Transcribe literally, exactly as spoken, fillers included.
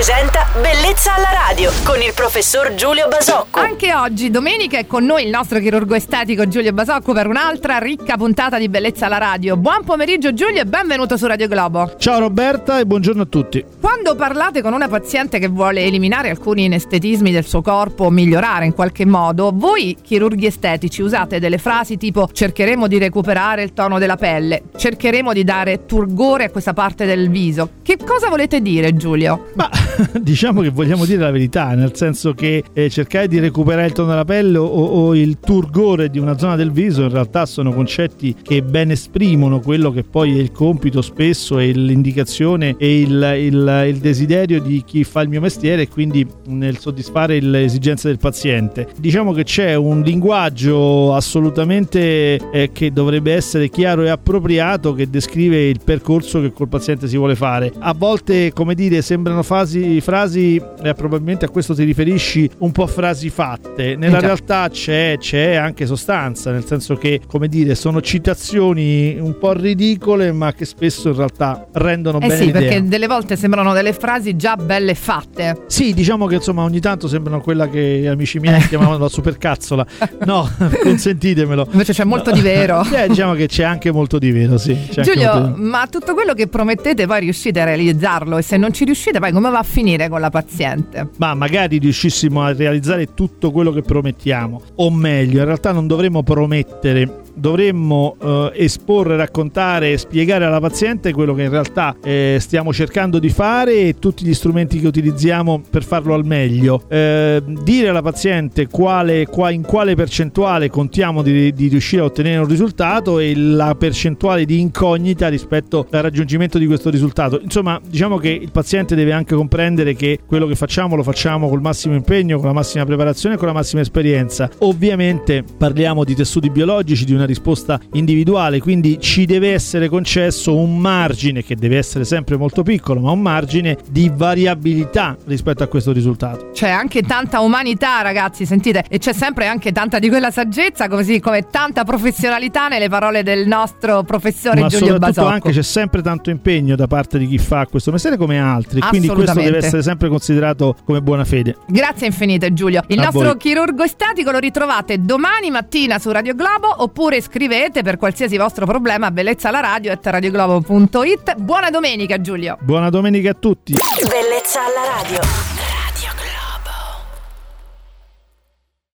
presenta Bellezza alla radio con il professor Giulio Basocco. Anche oggi, domenica, è con noi il nostro chirurgo estetico Giulio Basocco per un'altra ricca puntata di Bellezza alla radio. Buon pomeriggio Giulio e benvenuto su Radio Globo. Ciao Roberta e buongiorno a tutti. Quando parlate con una paziente che vuole eliminare alcuni inestetismi del suo corpo o migliorare in qualche modo, voi chirurghi estetici usate delle frasi tipo cercheremo di recuperare il tono della pelle, cercheremo di dare turgore a questa parte del viso. Che cosa volete dire, Giulio? Ma diciamo che vogliamo dire la verità, nel senso che eh, cercare di recuperare il tono della pelle o, o il turgore di una zona del viso in realtà sono concetti che ben esprimono quello che poi è il compito spesso e l'indicazione e il, il, il desiderio di chi fa il mio mestiere, e quindi nel soddisfare le esigenze del paziente. Diciamo che c'è un linguaggio assolutamente eh, che dovrebbe essere chiaro e appropriato, che descrive il percorso che col paziente si vuole fare. A volte, come dire, sembrano frasi, frasi eh, probabilmente a questo ti riferisci, un po' frasi fatte. Nella Già. realtà c'è, c'è anche sostanza, nel senso che, come dire, sono citazioni un po' ridicole ma che spesso in realtà rendono Eh bene sì, l'idea. perché delle volte sembrano delle frasi già belle fatte. Sì, diciamo che insomma ogni tanto sembrano quella che amici miei chiamavano la supercazzola. No, consentitemelo. Invece c'è molto No. di vero. Eh, diciamo che c'è anche molto di vero, sì. C'è anche molto Giulio, di vero. ma tutto quello che promettete poi riuscite a realizzarlo? E se non ci riuscite, poi come va a finire con la paziente? Ma magari riuscissimo a realizzare tutto quello che promettiamo, o meglio, in realtà non dovremmo promettere, dovremmo eh, esporre, raccontare e spiegare alla paziente quello che in realtà eh, stiamo cercando di fare e tutti gli strumenti che utilizziamo per farlo al meglio. Eh, dire alla paziente quale, qua, in quale percentuale contiamo di, di riuscire a ottenere un risultato e la percentuale di incognita rispetto al raggiungimento di questo risultato. Insomma, diciamo che il paziente deve anche comprendere che quello che facciamo lo facciamo col massimo impegno, con la massima preparazione e con la massima esperienza. Ovviamente parliamo di tessuti biologici, di una risposta individuale, quindi ci deve essere concesso un margine, che deve essere sempre molto piccolo, ma un margine di variabilità rispetto a questo risultato. C'è anche tanta umanità, ragazzi, sentite, e c'è sempre anche tanta di quella saggezza, così come tanta professionalità nelle parole del nostro professore Ma Giulio soprattutto Basocco. anche c'è sempre tanto impegno da parte di chi fa questo mestiere come altri, quindi questo Assolutamente. deve essere sempre considerato come buona fede. Grazie infinite, Giulio. Il A nostro voi. chirurgo estetico lo ritrovate domani mattina su Radio Globo, oppure scrivete per qualsiasi vostro problema a bellezzalaradio chiocciola radioglobo punto it. Buona domenica, Giulio. Buona domenica a tutti. Bellezza alla radio.